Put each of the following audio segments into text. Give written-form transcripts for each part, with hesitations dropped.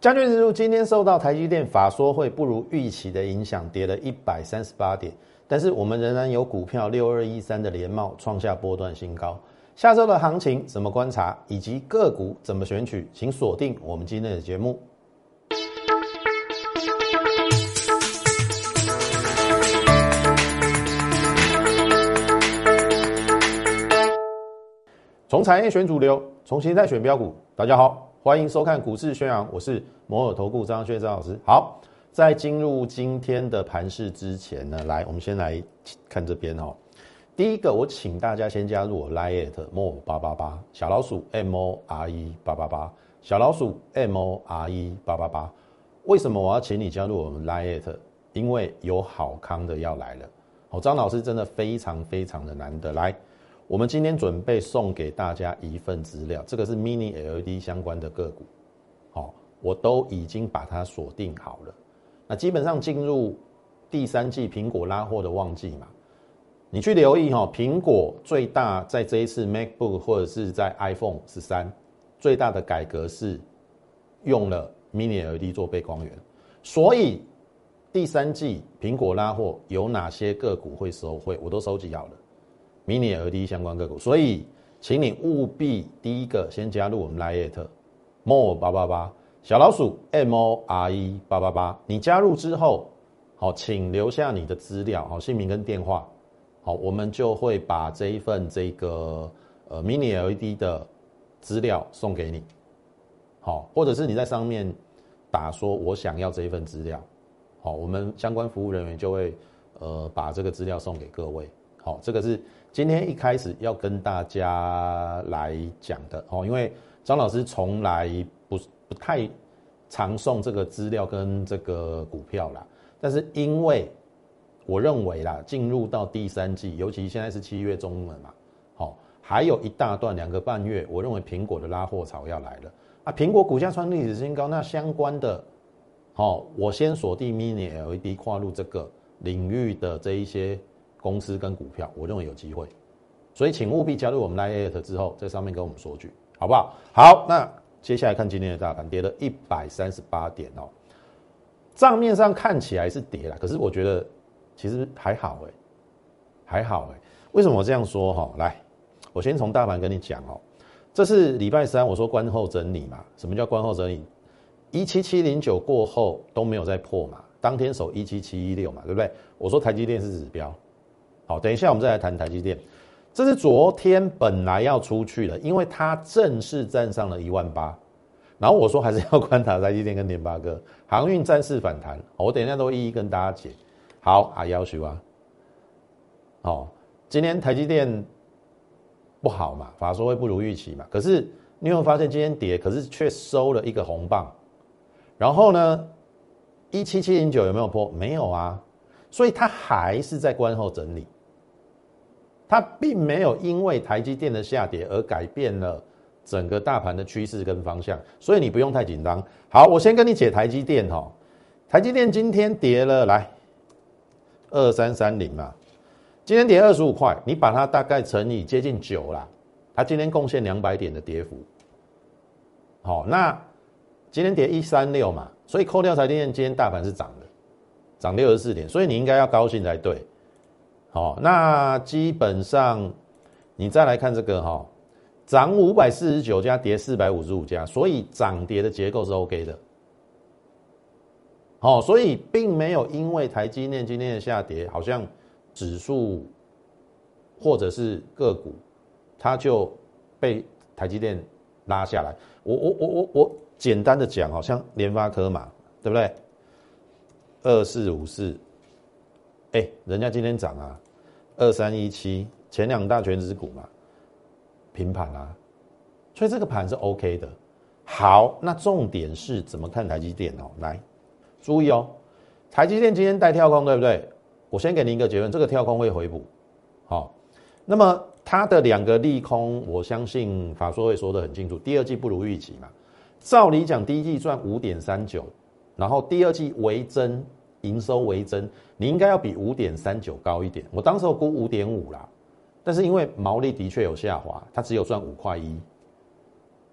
加权指数今天受到台积电法说会不如预期的影响，跌了138点。但是我们仍然有股票6213的联茂创下波段新高。下周的行情怎么观察，以及个股怎么选取，请锁定我们今天的节目。从产业选主流，从形态选标股。大家好，欢迎收看股市宣扬，我是摩尔投顾张轩张老师。好，在进入今天的盘势之前呢，我们先来看这边哦。第一个，我请大家先加入我 Line@ more888 小老鼠 MORE888 小老鼠 MORE888。为什么我要请你加入我们 Line？ 因为有好康的要来了。好，张老师真的非常非常的难得来。我们今天准备送给大家一份资料，这个是 Mini LED 相关的个股，我都已经把它锁定好了。那基本上进入第三季苹果拉货的旺季嘛，你去留意苹果最大在这一次 MacBook 或者是在 iPhone 13最大的改革是用了 Mini LED 做背光源，所以第三季苹果拉货有哪些个股会收惠，我都收集好了。Mini LED 相关个股，所以请你务必第一个先加入我们 Line@ more888 小老鼠 MORE888。你加入之后，请留下你的资料，姓名跟电话，我们就会把这一份Mini LED 的资料送给你，或者是你在上面打说我想要这一份资料，我们相关服务人员就会把这个资料送给各位。这个是今天一开始要跟大家来讲的，因为张老师从来不太常送这个资料跟这个股票啦，但是因为我认为啦，进入到第三季，尤其现在是7月中了嘛，还有一大段2个半月，我认为苹果的拉货潮要来了啊，苹果股价创历史新高，那相关的，我先锁定 Mini LED 跨入这个领域的这一些公司跟股票，我认为有机会，所以请务必加入我们 Line@ 之后，在上面跟我们索取，好不好？好，那接下来看今天的大盘，跌了138点哦。账面上看起来是跌了，可是我觉得其实还好还好为什么我这样说来，我先从大盘跟你讲这是礼拜三我说观后整理嘛。什么叫观后整理？17709过后都没有再破嘛，当天守17716嘛，对不对？我说台积电是指标。好，等一下我们再来谈台积电。这是昨天本来要出去的，因为它正式站上了18000，然后我说还是要观察台积电跟联发科航运暂时反弹，我等一下都一一跟大家解。好要求今天台积电不好嘛，法说会不如预期嘛，可是你有没有发现今天跌，可是却收了一个红棒，然后呢17709有没有破？没有啊，所以它还是在观后整理。它并没有因为台积电的下跌而改变了整个大盘的趋势跟方向，所以你不用太紧张。好，我先跟你解台积电台积电今天跌了，来2330嘛，今天跌25块，你把它大概乘以接近9啦，它今天贡献200点的跌幅。那今天跌136嘛，所以扣掉台积电，今天大盘是涨的，涨64点，所以你应该要高兴才对。那基本上你再来看这个涨549家，跌455家，所以涨跌的结构是 OK 的。所以并没有因为台积电今天的下跌，好像指数或者是个股，它就被台积电拉下来。我简单的讲，像联发科嘛，对不对？2454，人家今天涨啊，2317，前2大权值股嘛，平盘啊，所以这个盘是 OK 的。好，那重点是怎么看台积电来，注意台积电今天带跳空，对不对？我先给您一个结论，这个跳空会回补。那么它的2个利空，我相信法说会说得很清楚，第二季不如预期嘛。照理讲，第一季赚5.39，然后第二季微增，营收微增，你应该要比5.39高一点。我当时候估5.5啦，但是因为毛利的确有下滑，它只有赚5.1块。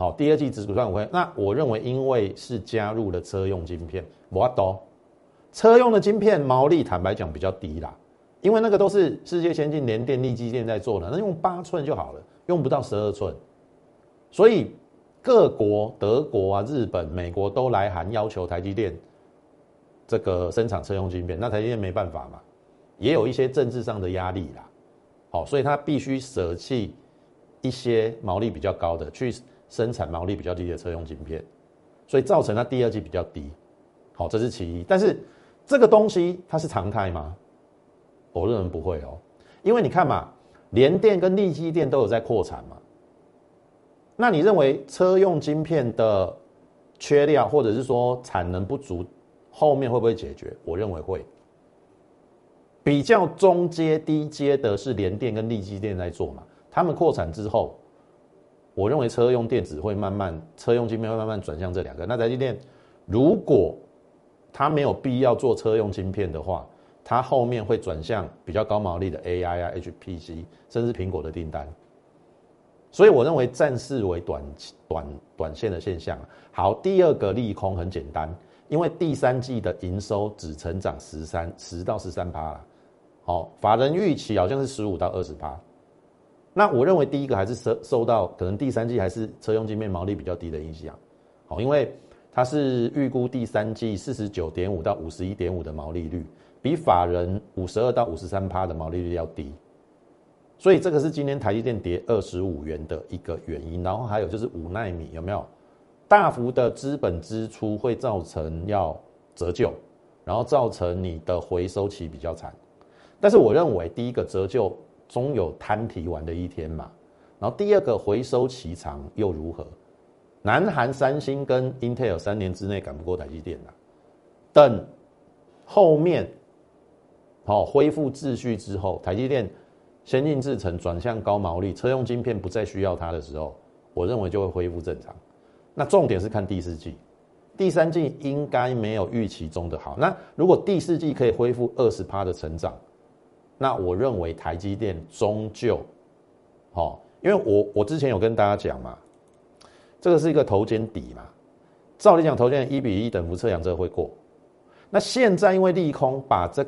好，第二季只赚5块。那我认为因为是加入了车用晶片，我懂，车用的晶片毛利坦白讲比较低啦，因为那个都是世界先进联电、力积电在做的，那用8寸就好了，用不到12寸，所以各国德国啊、日本、美国都来函要求台积电这个生产车用晶片，那台积电没办法嘛，也有一些政治上的压力啦，好，所以他必须舍弃一些毛利比较高的，去生产毛利比较低的车用晶片，所以造成它第二季比较低，好，这是其一。但是这个东西它是常态吗？我认为不会哦，因为你看嘛，联电跟力积电都有在扩产嘛，那你认为车用晶片的缺料或者是说产能不足，后面会不会解决？我认为会。比较中阶、低阶的是联电跟力积电在做嘛，他们扩产之后，我认为车用电子会慢慢，车用晶片会慢慢转向这两个。那台积电如果它没有必要做车用晶片的话，它后面会转向比较高毛利的 AI 啊、HPC， 甚至苹果的订单。所以我认为暂时为短线的现象。好，第二个利空很简单，因为第三季的营收只成长10到13%啦。好，法人预期好像是15到20%。那我认为第一个还是受到可能第三季还是车用晶片毛利比较低的影响。好，因为它是预估第三季 49.5 到 51.5 的毛利率，比法人52到53%的毛利率要低。所以这个是今天台积电跌25元的一个原因。然后还有就是5奈米有没有大幅的资本支出会造成要折旧，然后造成你的回收期比较惨。但是我认为第一个折旧终有摊提完的一天嘛，然后第二个回收期长又如何？南韩三星跟 Intel 3年之内赶不过台积电啦。等后面恢复秩序之后，台积电先进制程转向高毛利，车用晶片不再需要它的时候，我认为就会恢复正常。那重点是看第四季，第三季应该没有预期中的好。那如果第四季可以恢复20%的成长，那我认为台积电终究，因为我之前有跟大家讲嘛，这个是一个头肩底嘛，照理讲头肩1:1等幅测量这个会过。那现在因为利空把这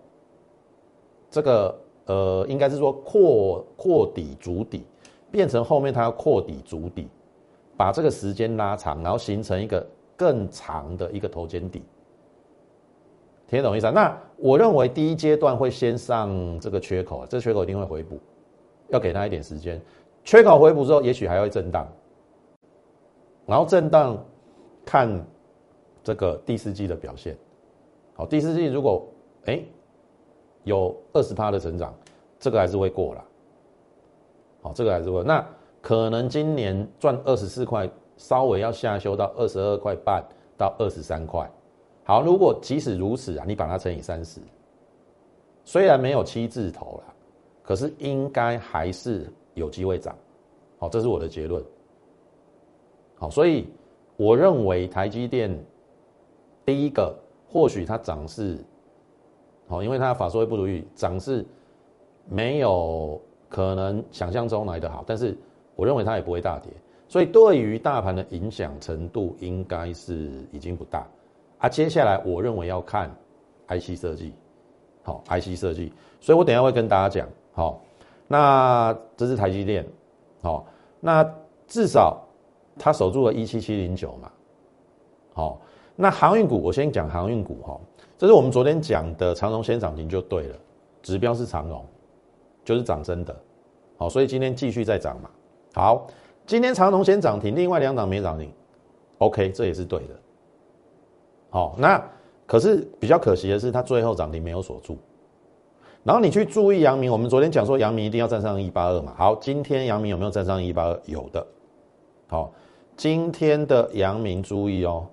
个应该是说扩底筑底，变成后面它要扩底筑底，把这个时间拉长，然后形成一个更长的一个头肩底。听得懂意思啊？那我认为第一阶段会先上这个缺口，这个缺口一定会回补，要给它一点时间。缺口回补之后，也许还会震荡，然后震荡看这个第四季的表现。好，第四季如果有20%的成长，这个还是会过啦。好，这个还是会。那可能今年赚24块，稍微要下修到22块半到23块。好，如果即使如此啊，你把它乘以30，虽然没有7字头啦，可是应该还是有机会涨。好，这是我的结论。好，所以我认为台积电第一个或许它涨势，因为它的法说会不如预，涨势没有可能想象中来的好，但是我认为它也不会大跌，所以对于大盘的影响程度应该是已经不大。接下来我认为要看 IC 设计，IC 设计，所以我等一下会跟大家讲，那这是台积电，那至少它守住了17709嘛，那航运股我先讲航运股，这是我们昨天讲的长荣先涨停就对了，指标是长荣，就是涨真的，所以今天继续再涨嘛。好，今天长荣先涨停，另外2档没涨停 ，OK， 这也是对的。那可是比较可惜的是，它最后涨停没有锁住。然后你去注意阳明，我们昨天讲说阳明一定要站上182嘛。好，今天阳明有没有站上182？有的。好，今天的阳明注意哦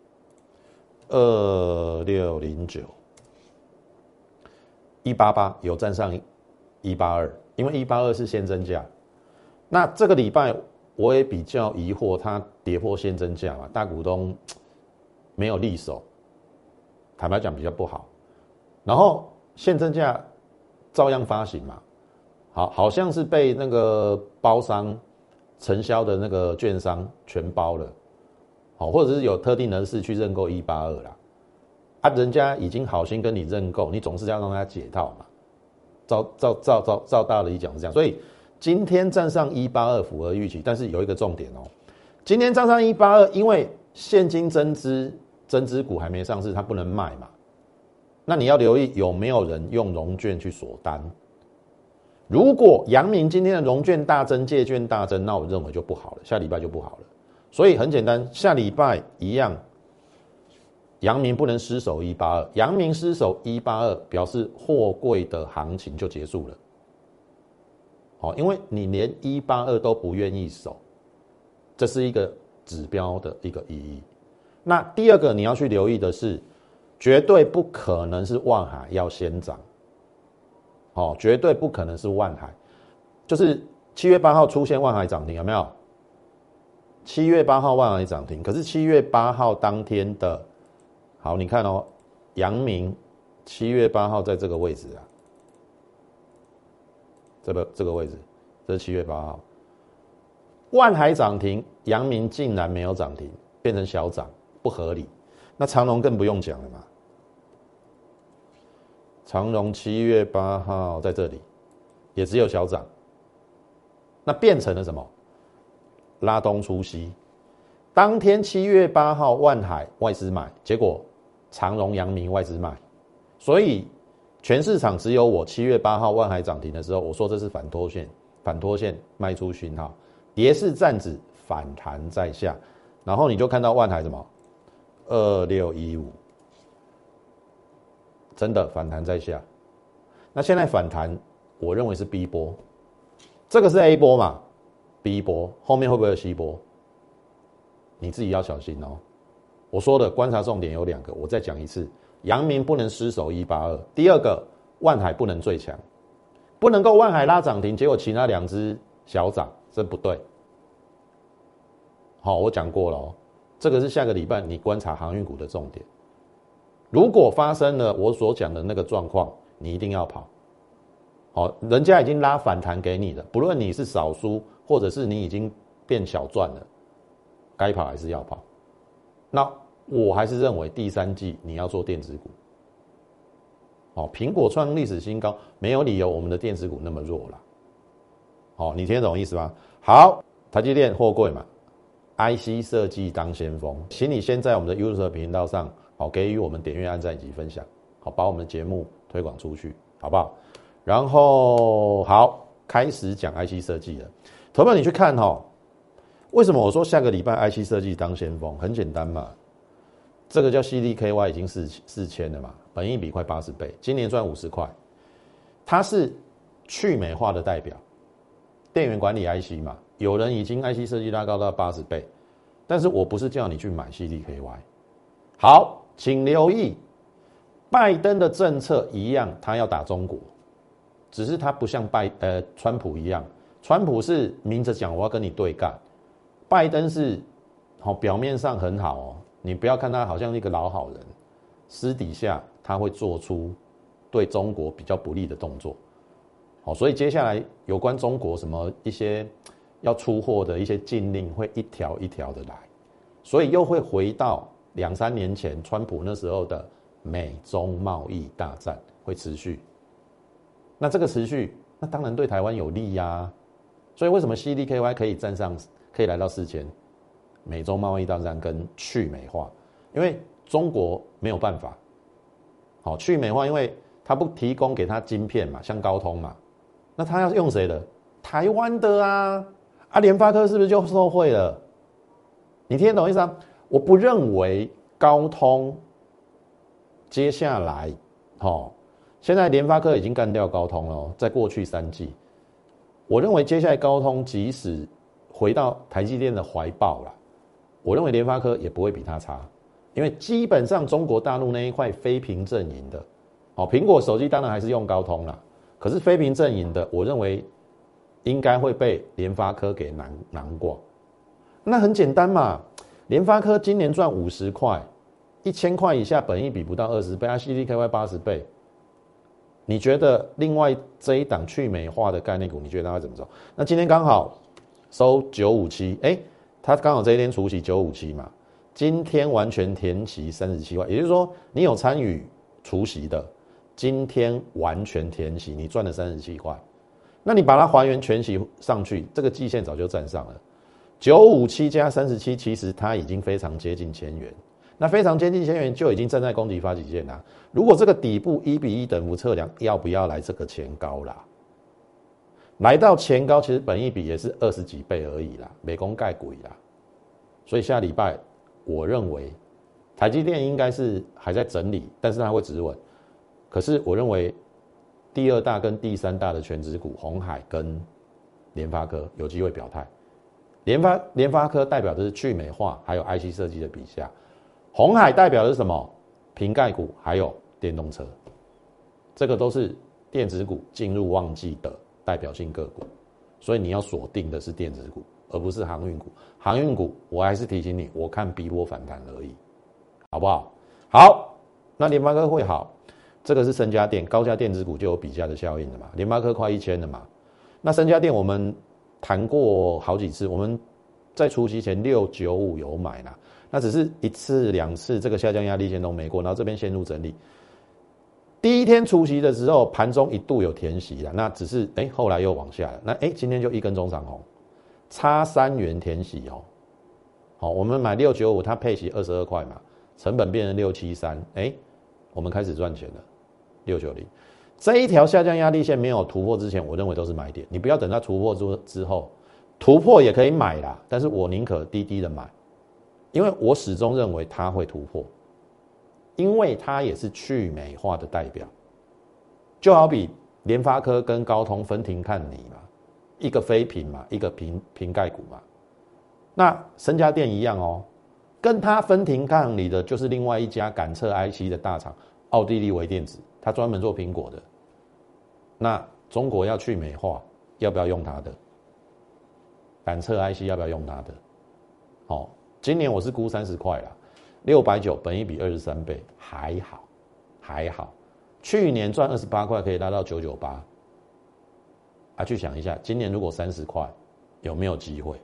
，2609、188有站上182，因为182是现增价。那这个礼拜我也比较疑惑，它跌破现增价嘛，大股东没有力守，坦白讲比较不好。然后现增价照样发行嘛，好像是被那个包商承销的那个券商全包了，好，或者是有特定人士去认购182啦，啊，人家已经好心跟你认购，你总是要让他解套嘛。照大的理讲是这样，所以今天站上182符合预期，但是有一个重点哦，今天站上182，因为现金增资股还没上市，它不能卖嘛，那你要留意有没有人用融券去锁单。如果阳明今天的融券大增，借券大增，那我认为就不好了，下礼拜就不好了。所以很简单，下礼拜一样。阳明不能失守182，阳明失守182，表示货柜的行情就结束了。好，因为你连182都不愿意守，这是一个指标的一个意义。那第二个你要去留意的是，绝对不可能是万海要先涨，好，绝对不可能是万海，就是7月8号出现万海涨停，有没有？7月8号万海涨停，可是7月8号当天的。好，你看哦，阳明7月8号在这个位置啊，这个位置，这是7月8号，万海涨停，阳明竟然没有涨停，变成小涨，不合理。那长荣更不用讲了嘛，长荣7月8号在这里，也只有小涨，那变成了什么？拉东出西。当天7月8号，万海外资买，结果长荣、阳明外资卖，所以全市场只有我7月8号万海涨停的时候，我说这是反拖线卖出讯号，跌势站止反弹在下，然后你就看到万海什么2615，真的反弹在下。那现在反弹，我认为是 B 波，这个是 A 波嘛 ，B 波后面会不会有 C 波？你自己要小心哦。我说的观察重点有2个，我再讲一次：阳明不能失守182，第二个万海不能最强，不能够万海拉涨停，结果其他2只小涨，这不对。好，我讲过了哦，这个是下个礼拜你观察航运股的重点。如果发生了我所讲的那个状况，你一定要跑。好，人家已经拉反弹给你了，不论你是少输，或者是你已经变小赚了。该跑还是要跑，那我还是认为第3季你要做电子股。哦，苹果创历史新高，没有理由我们的电子股那么弱啦。哦，你听得懂意思吗？好，台积电货柜嘛 ，IC 设计当先锋，请你先在我们的 YouTube 频道上，好给予我们点阅、按赞以及分享，好把我们的节目推广出去，好不好？然后好，开始讲 IC 设计了。投票你去看哦。为什么我说下个礼拜 IC 设计当先锋？很简单嘛，这个叫 CDKY 已经4000了嘛，本益比快80倍，今年赚50块，它是去美化的代表，电源管理 IC 嘛，有人已经 IC 设计拉高到80倍，但是我不是叫你去买 CDKY。好，请留意，拜登的政策一样，他要打中国，只是他不像川普一样，川普是明着讲我要跟你对干。拜登是表面上很好哦，你不要看他好像一个老好人，私底下他会做出对中国比较不利的动作。好，所以接下来有关中国什么一些要出货的一些禁令会一条一条的来，所以又会回到2、3年前川普那时候的美中贸易大战会持续。那这个持续，那当然对台湾有利呀。所以为什么 CDKY 可以来到4000？美中贸易大战跟去美化，因为中国没有办法，好去美化，因为他不提供给他晶片嘛，像高通嘛，那他要用谁的？台湾的啊，联发科是不是就受惠了？你听得懂意思啊？我不认为高通接下来，现在联发科已经干掉高通了，在过去3季，我认为接下来高通即使回到台积电的怀抱啦，我认为联发科也不会比它差，因为基本上中国大陆那一块非屏阵营的，苹果手机当然还是用高通啦，可是非屏阵营的，我认为应该会被联发科给囊过。那很简单嘛，联发科今年赚50块，1000块以下本益比不到20倍，CDKY 80倍。你觉得另外这一档去美化的概念股，你觉得它会怎么走？那今天刚好收957，它刚好这一天除息957嘛，今天完全填息37块，也就是说你有参与除息的，今天完全填息，你赚了37块。那你把它还原全息上去，这个季线早就站上了，957加37，其实它已经非常接近1000元。那非常接近1000元就已经站在攻击发起线啦。如果这个底部1:1等幅测量，要不要来这个前高啦？来到前高，其实本益比也是20几倍而已啦，没公盖鬼啦。所以下礼拜我认为台积电应该是还在整理，但是它会止稳。可是我认为第2大跟第3大的全指股鸿海跟联发科有机会表态。联发科代表的是去美化还有 IC 设计的比价，鸿海代表的是什么？瓶盖股还有电动车，这个都是电子股进入旺季的代表性个股，所以你要锁定的是电子股，而不是航运股。航运股我还是提醒你，我看逼波反弹而已，好不好？好，那联发科会好，这个是身家电，高价电子股就有比价的效应了嘛。联发科快1000了嘛，那身家电我们谈过好几次，我们在除息前695有买啦，那只是1次2次这个下降压力线都没过，然后这边陷入整理。第一天除息的时候，盘中一度有填息啦，那只是后来又往下了。那今天就一根中长红，差3元填息哦。好，我们买695，它配息22块嘛，成本变成673，我们开始赚钱了。690这一条下降压力线没有突破之前，我认为都是买点。你不要等它突破之后，突破也可以买啦，但是我宁可低低的买，因为我始终认为它会突破，因为它也是去美化的代表。就好比联发科跟高通分庭抗礼嘛，一个非屏嘛，一个瓶盖股嘛。那身家电一样哦，跟它分庭抗礼的就是另外一家感测 IC 的大厂奥地利微电子，它专门做苹果的。那中国要去美化，要不要用它的？感测 IC 要不要用它的？今年我是估30块啦，690，本益比23倍，还好。去年赚28块可以拉到998，去想一下，今年如果30块，有没有机会？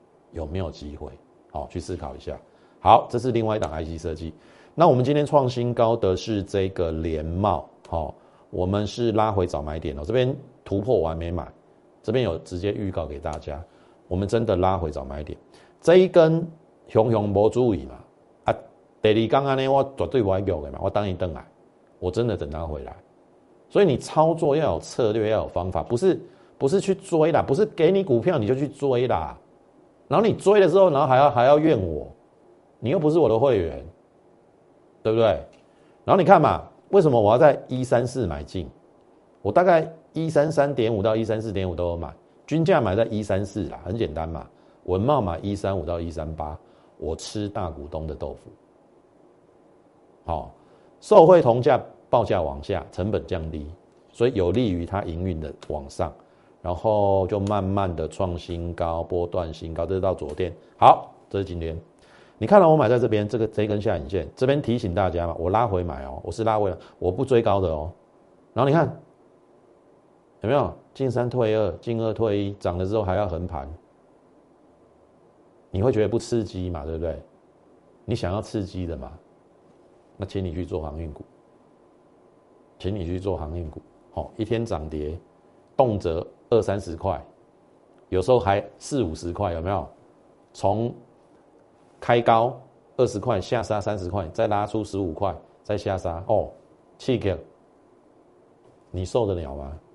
好，去思考一下。好，这是另外一档 IC 设计。那我们今天创新高的是这个联茂，我们是拉回早买点这边突破完没买，这边有直接预告给大家，我们真的拉回早买点。这一根熊没注意嘛，第二天安呢，我绝对不会用的嘛，我等一等来，我真的等它回来。所以你操作要有策略，要有方法，不是去追啦，不是给你股票你就去追啦，然后你追的时候，然后还要怨我，你又不是我的会员，对不对？然后你看嘛，为什么我要在134买进？我大概133.5到134.5都有买，均价买在134啦，很简单嘛。文茂买135到138，我吃大股东的豆腐。好，受惠同价报价往下，成本降低，所以有利于它营运的往上，然后就慢慢的创新高，波段新高，这是到昨天。好，这是今天。你看到我买在这边，这一根下影线，这边提醒大家嘛，我拉回买我是拉回，我不追高的然后你看有没有进3退2，进2退1，涨了之后还要横盘，你会觉得不刺激嘛，对不对？你想要刺激的嘛，那请你去做航运股，一天涨跌动辄20-30块，有时候还40-50块，有没有？从开高20块，下杀30块，再拉出15块，再下杀气给你受得了吗？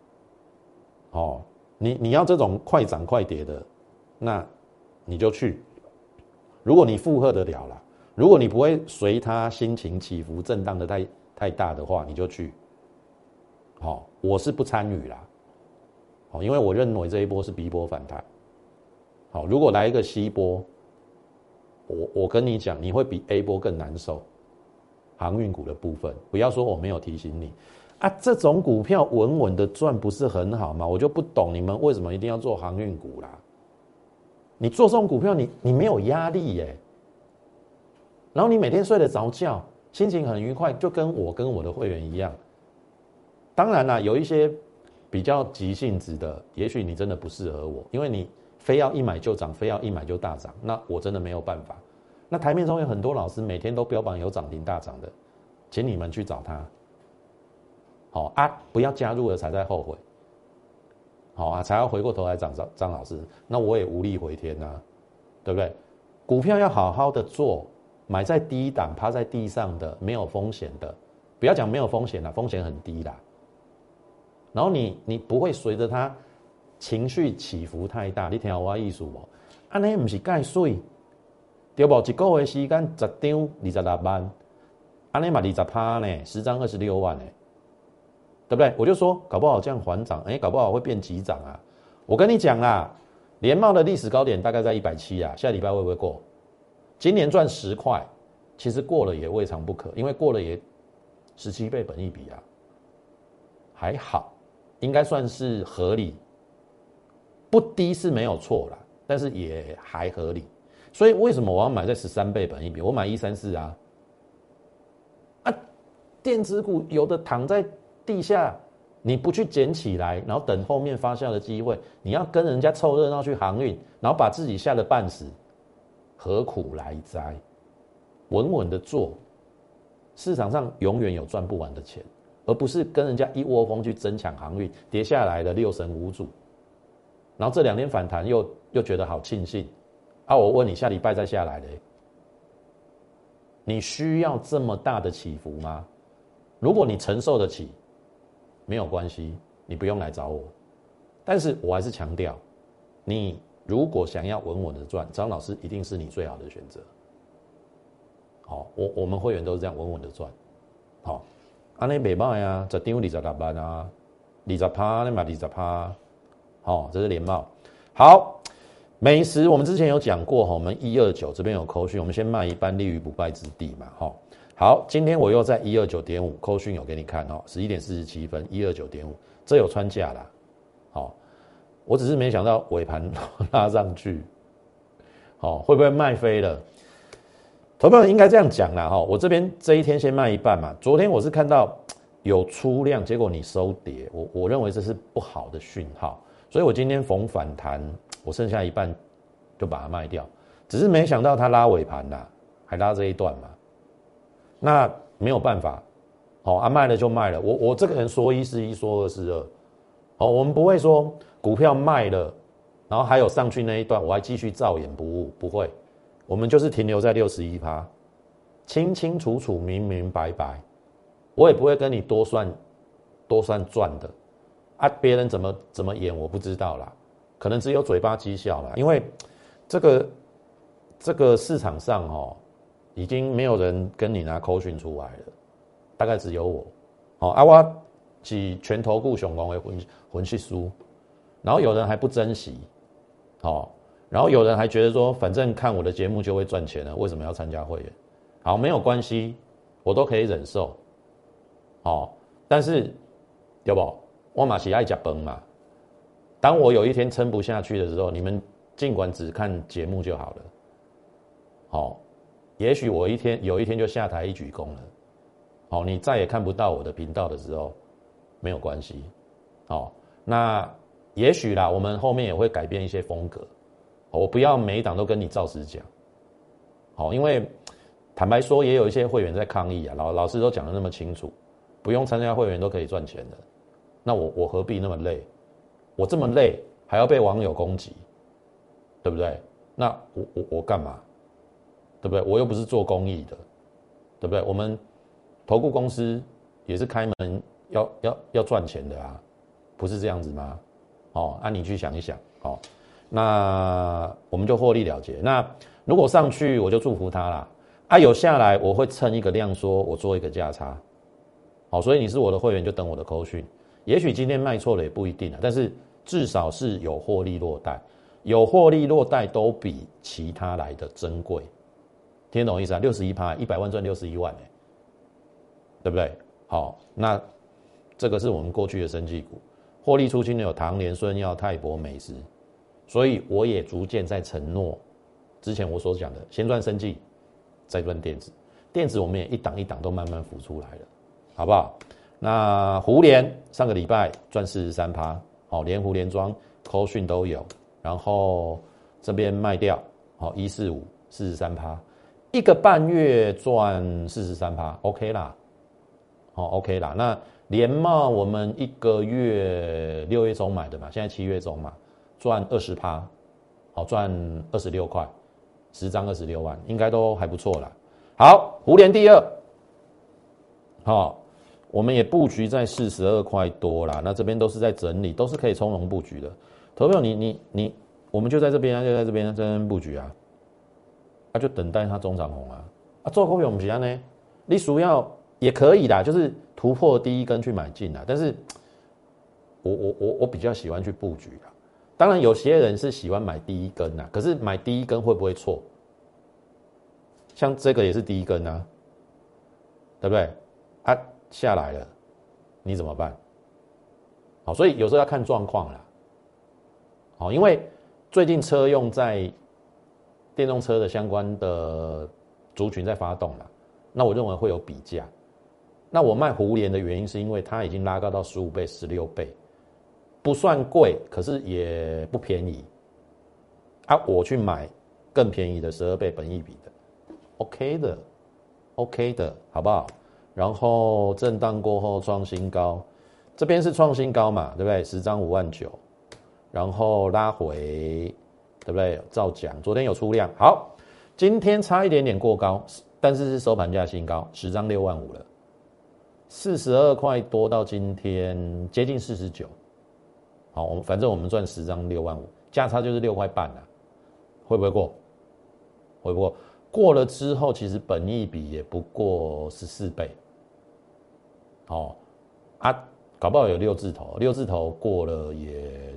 你要这种快涨快跌的，那你就去。如果你负荷得了啦，如果你不会随它心情起伏震荡的太大的话，你就去。我是不参与啦，因为我认为这一波是 B 波反弹。如果来一个 C 波，我跟你讲，你会比 A 波更难受。航运股的部分，不要说我没有提醒你这种股票稳稳的赚不是很好吗？我就不懂你们为什么一定要做航运股啦？你做这种股票，你没有压力耶，然后你每天睡得着觉，心情很愉快，就跟我的会员一样。当然啦，有一些比较急性子的，也许你真的不适合我，因为你非要一买就涨，非要一买就大涨，那我真的没有办法。那台面上有很多老师每天都标榜有涨停大涨的，请你们去找他。好啊，不要加入了才在后悔。好啊，才要回过头来找张老师，那我也无力回天啊，对不对？股票要好好的做，买在低档趴在地上的没有风险的，不要讲没有风险啦，风险很低啦。然后你不会随着它情绪起伏太大，你听我的意思无？安尼不是介水，对不？一个月时间10张26万，安尼嘛20%呢，10张26万呢，对不对？我就说搞不好这样缓涨，搞不好会变急涨啊！我跟你讲啦，联茂的历史高点大概在170啊，下礼拜会不会过？今年赚10块，其实过了也未尝不可，因为过了也17倍本益比啊，还好，应该算是合理，不低是没有错啦，但是也还合理。所以为什么我要买在13倍本益比？我买134啊！啊，电子股有的躺在地下，你不去捡起来，然后等后面发酵的机会，你要跟人家凑热闹去航运，然后把自己吓得半死，何苦来哉？稳稳的做，市场上永远有赚不完的钱，而不是跟人家一窝蜂去争抢航运，跌下来的6神无主，然后这2天反弹又觉得好庆幸啊！我问你，下礼拜再下来嘞，你需要这么大的起伏吗？如果你承受得起，没有关系，你不用来找我。但是我还是强调，你如果想要稳稳的赚，张老师一定是你最好的选择。好，我们会员都是这样稳稳的赚。好，安尼袂歹啊，10张26万啊，20%那嘛20%，好，这是联茂。好，美食我们之前有讲过，我们129这边有扣讯，我们先卖一半，立于不败之地嘛，哈。好，今天我又在129.5扣讯有给你看哦，11点47分129.5，这有穿价啦。好，我只是没想到尾盘拉上去，好，会不会卖飞了？投票应该这样讲啦，哈，我这边这一天先卖一半嘛。昨天我是看到有出量，结果你收跌，我认为这是不好的讯号，所以我今天逢反弹，我剩下一半就把它卖掉，只是没想到它拉尾盘啦，还拉这一段嘛。那没有办法，好，卖了就卖了。我这个人说一是一，说二是二，好，我们不会说股票卖了，然后还有上去那一段，我还继续照眼不误，不会，我们就是停留在61%，清清楚楚、明明白白，我也不会跟你多算赚的啊，别人怎么演我不知道啦，可能只有嘴巴讥笑啦，因为这个市场上已经没有人跟你拿扣讯出来了，大概只有我。我是全投顾熊公的魂系输，然后有人还不珍惜，然后有人还觉得说，反正看我的节目就会赚钱了，为什么要参加会员？好，没有关系，我都可以忍受。但是对不？我嘛是爱吃饭嘛。当我有一天撑不下去的时候，你们尽管只看节目就好了。也许我有一天就下台一鞠躬了，你再也看不到我的频道的时候，没有关系，那也许啦，我们后面也会改变一些风格，我不要每一档都跟你照实讲，因为坦白说，也有一些会员在抗议啊，老师都讲得那么清楚，不用参加会员都可以赚钱的，那我何必那么累？我这么累还要被网友攻击，对不对？那我干嘛？对不对？我又不是做公益的，对不对？我们投顾公司也是开门要赚钱的啊，不是这样子吗？你去想一想，那我们就获利了结。那如果上去，我就祝福他啦。有下来，我会趁一个量缩，我做一个价差。所以你是我的会员，就等我的扣讯。也许今天卖错了也不一定但是至少是有获利落袋，有获利落袋都比其他来的珍贵。听懂意思啊？61%，100万赚61万对不对？好，那这个是我们过去的生技股，获利出清的有唐联、顺药、泰博、美食，所以我也逐渐在承诺，之前我所讲的，先赚生技，再赚电子，电子我们也一档一档都慢慢浮出来了，好不好？那胡联上个礼拜赚43%，连胡联庄、扣讯都有， 然后这边卖掉，好145，43%，一个半月赚43%，OK 啦，好 OK 啦。那联茂我们一个月6月中买的嘛，现在7月中嘛，赚20%，好赚26块，10张26万，应该都还不错啦。好，胡连第二，好。我们也布局在42块多啦，那这边都是在整理，都是可以从容布局的。投票我们就在这边啊，就在这边布局啊，就等待它中长红啊。做股票我们怎样呢？你主要也可以啦，就是突破第一根去买进啦。但是我比较喜欢去布局啦。当然有些人是喜欢买第一根啦，可是买第一根会不会错？像这个也是第一根啊，对不对？下来了，你怎么办？好，所以有时候要看状况啦。好，因为最近车用在电动车的相关的族群在发动啦，那我认为会有比价。那我卖胡连的原因是因为它已经拉高到15倍、16倍，不算贵，可是也不便宜。我去买更便宜的12倍本益比的 ，OK 的，好不好？然后震荡过后创新高，这边是创新高嘛，对不对？10张59000，然后拉回，对不对？照讲，昨天有出量，好，今天差一点点过高，但是是收盘价新高，10张6万5了，42块多到今天接近49，好，反正我们赚10张6万5，价差就是6块半啦，会不会过？会不会过？过了之后，其实本益比也不过14倍，搞不好有6字头过了也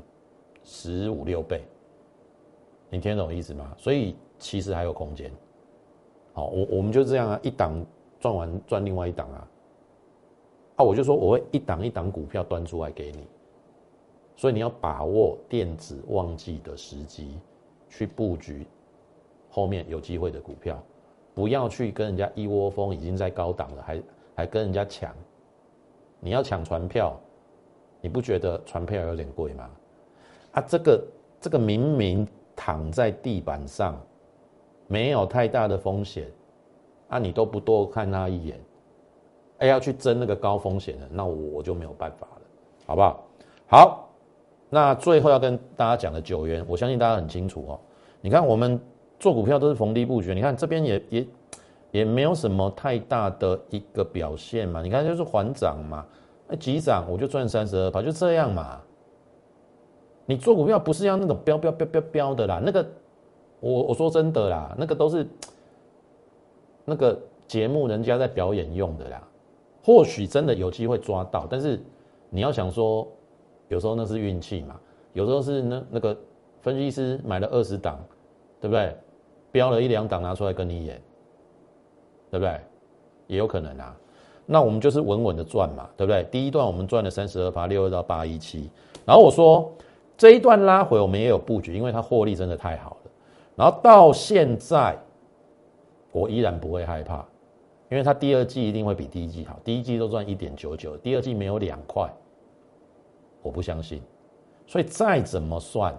15、16倍，你听懂意思吗？所以其实还有空间。好，我们就这样啊，一档赚完赚另外一档啊，我就说我会一档一档股票端出来给你，所以你要把握电子旺季的时机去布局。后面有机会的股票，不要去跟人家一窝蜂，已经在高档了，还跟人家抢。你要抢船票，你不觉得船票有点贵吗？这个明明躺在地板上，没有太大的风险，你都不多看他一眼，要去争那个高风险的，那我就没有办法了，好不好？好，那最后要跟大家讲的9元，我相信大家很清楚哦。你看我们做股票都是逢低布局，你看这边也没有什么太大的一个表现嘛，你看就是缓涨嘛，急涨我就赚32%，就这样嘛。你做股票不是要那种飙的啦，那个我说真的啦，那个都是那个节目人家在表演用的啦，或许真的有机会抓到，但是你要想说，有时候那是运气嘛，有时候是那个分析师买了20档，对不对？标了1、2档拿出来跟你演，对不对？也有可能啊。那我们就是稳稳的赚嘛，对不对？第一段我们赚了32%，62到817，然后我说这一段拉回我们也有布局，因为它获利真的太好了。然后到现在我依然不会害怕，因为它第二季一定会比第一季好，第一季都赚1.99，第二季没有2块，我不相信。所以再怎么算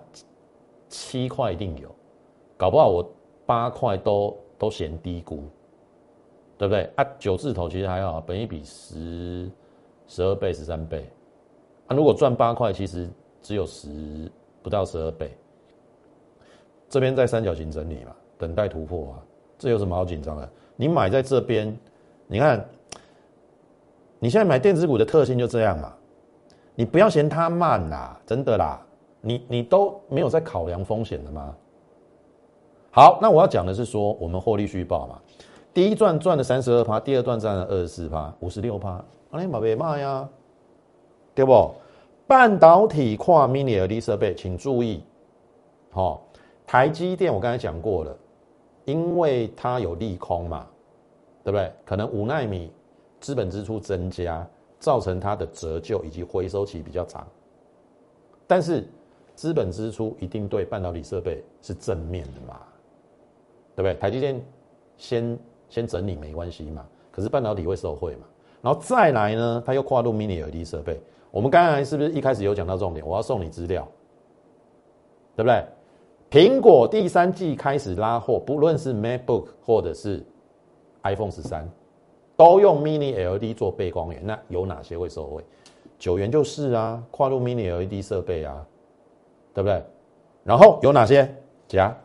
7块一定有，搞不好我8块都嫌低估，对不对？9字头其实还好，本益比12倍、13倍。如果赚8块，其实只有不到12倍。这边在三角形整理嘛，等待突破啊，这有什么好紧张的？你买在这边，你看，你现在买电子股的特性就这样嘛，你不要嫌它慢啦，真的啦，你都没有在考量风险的吗？好，那我要讲的是说，我们获利续报嘛，第一段赚了32%，第二段赚了24%，56%，你嘛袂歹呀，对不？半导体跨 mini LED 设备，请注意，台积电我刚才讲过了，因为它有利空嘛，对不对？可能5奈米资本支出增加，造成它的折旧以及回收期比较长，但是资本支出一定对半导体设备是正面的嘛，对不对？台积电先整理没关系嘛，可是半导体会受惠嘛，然后再来呢，它又跨入 mini LED 设备。我们刚才是不是一开始有讲到重点？我要送你资料， 对不对？苹果第3季开始拉货，不论是 MacBook 或者是 iPhone 13，都用 Mini LED 做背光源，那有哪些会受惠？9元就是啊，跨入 Mini LED 设备啊，对不对？然后有哪些夹，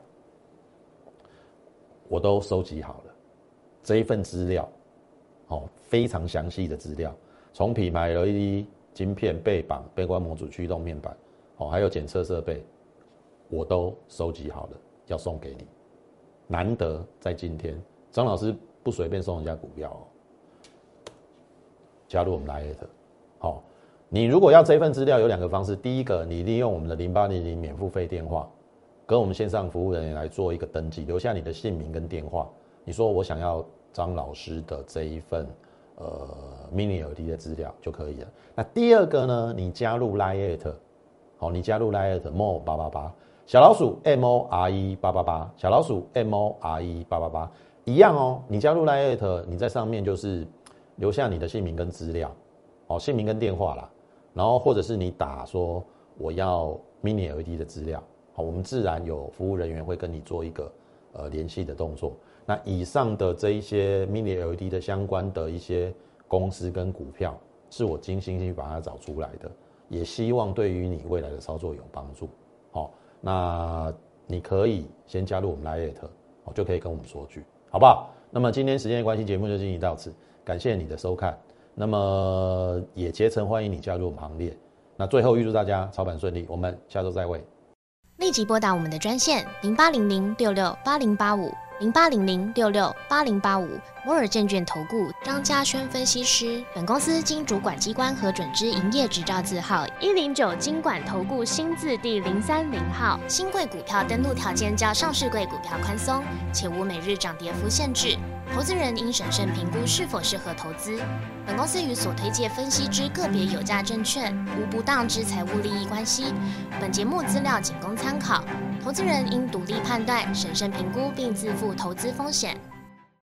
我都收集好了这一份资料，非常详细的资料，从品牌 LED 晶片、背板、背光模组、驱动面板，还有检测设备，我都收集好了，要送给你。难得在今天，张老师不随便送人家股票加入我们 Line，你如果要这份资料有2个方式，第一个，你利用我们的0800免付费电话，跟我们线上服务人员来做一个登记，留下你的姓名跟电话，你说我想要张老师的这一份Mini LED 的资料就可以了。那第二个呢，你加入 Line， 你加入 Line more888 小老鼠 MORE888 小老鼠 MORE888 一样哦。你加入 Line， 你在上面就是留下你的姓名跟资料，姓名跟电话啦，然后或者是你打说我要 Mini LED 的资料，我们自然有服务人员会跟你做一个联系的动作。那以上的这一些 Mini LED 的相关的一些公司跟股票，是我精心去把它找出来的，也希望对于你未来的操作有帮助。那你可以先加入我们 Line， 就可以跟我们说句，好不好？那么今天时间的关系，节目就进行到此，感谢你的收看。那么也竭诚欢迎你加入我们行列。那最后预祝大家操盘顺利，我们下周再会。 立即拨打我们的专线08006680850800668085摩尔证券投顾张嘉轩分析师。本公司经主管机关核准之营业执照字号109金管投顾新字第030号。新贵股票登录条件较上市贵股票宽松，且无每日涨跌幅限制。投资人应审慎评估是否适合投资。本公司与所推介分析之个别有价证券无不当之财务利益关系。本节目资料仅供参考，投资人应独立判断、审慎评估并自负投资风险。